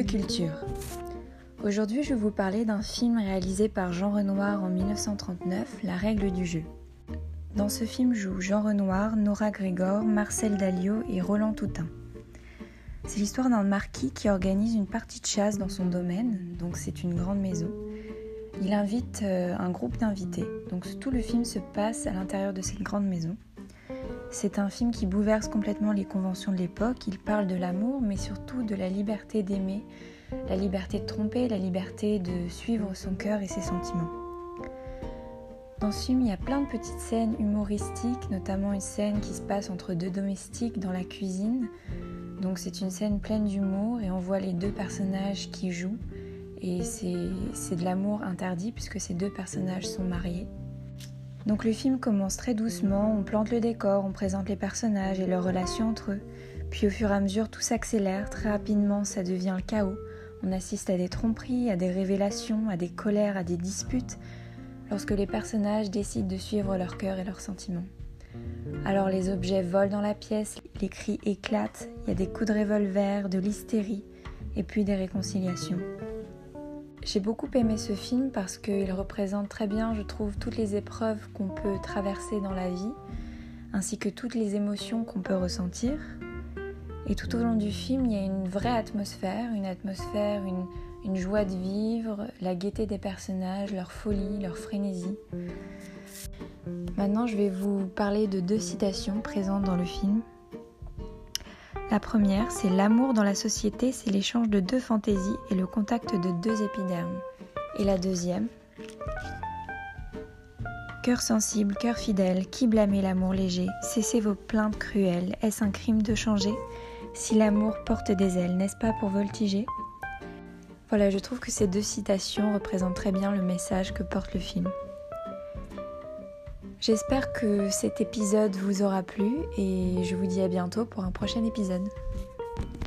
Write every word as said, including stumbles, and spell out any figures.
culture. Aujourd'hui, je vais vous parler d'un film réalisé par Jean Renoir en dix-neuf cent trente-neuf, La règle du jeu. Dans ce film jouent Jean Renoir, Nora Grégor, Marcel Dalliot et Roland Toutain. C'est l'histoire d'un marquis qui organise une partie de chasse dans son domaine, donc c'est une grande maison. Il invite euh, un groupe d'invités, donc tout le film se passe à l'intérieur de cette grande maison. C'est un film qui bouleverse complètement les conventions de l'époque. Il parle de l'amour, mais surtout de la liberté d'aimer, la liberté de tromper, la liberté de suivre son cœur et ses sentiments. Dans ce film, il y a plein de petites scènes humoristiques, notamment une scène qui se passe entre deux domestiques dans la cuisine. Donc c'est une scène pleine d'humour et on voit les deux personnages qui jouent. Et c'est, c'est de l'amour interdit puisque ces deux personnages sont mariés. Donc le film commence très doucement, on plante le décor, on présente les personnages et leurs relations entre eux. Puis au fur et à mesure, tout s'accélère, très rapidement ça devient le chaos. On assiste à des tromperies, à des révélations, à des colères, à des disputes, lorsque les personnages décident de suivre leur cœur et leurs sentiments. Alors les objets volent dans la pièce, les cris éclatent, il y a des coups de revolver, de l'hystérie, et puis des réconciliations. J'ai beaucoup aimé ce film parce qu'il représente très bien, je trouve, toutes les épreuves qu'on peut traverser dans la vie, ainsi que toutes les émotions qu'on peut ressentir. Et tout au long du film, il y a une vraie atmosphère, une atmosphère, une, une joie de vivre, la gaieté des personnages, leur folie, leur frénésie. Maintenant, je vais vous parler de deux citations présentes dans le film. La première, c'est « L'amour dans la société, c'est l'échange de deux fantaisies et le contact de deux épidermes ». Et la deuxième, « Cœur sensible, cœur fidèle, qui blâmait l'amour léger? Cessez vos plaintes cruelles, est-ce un crime de changer? Si l'amour porte des ailes, n'est-ce pas pour voltiger ?» Voilà, je trouve que ces deux citations représentent très bien le message que porte le film. J'espère que cet épisode vous aura plu et je vous dis à bientôt pour un prochain épisode.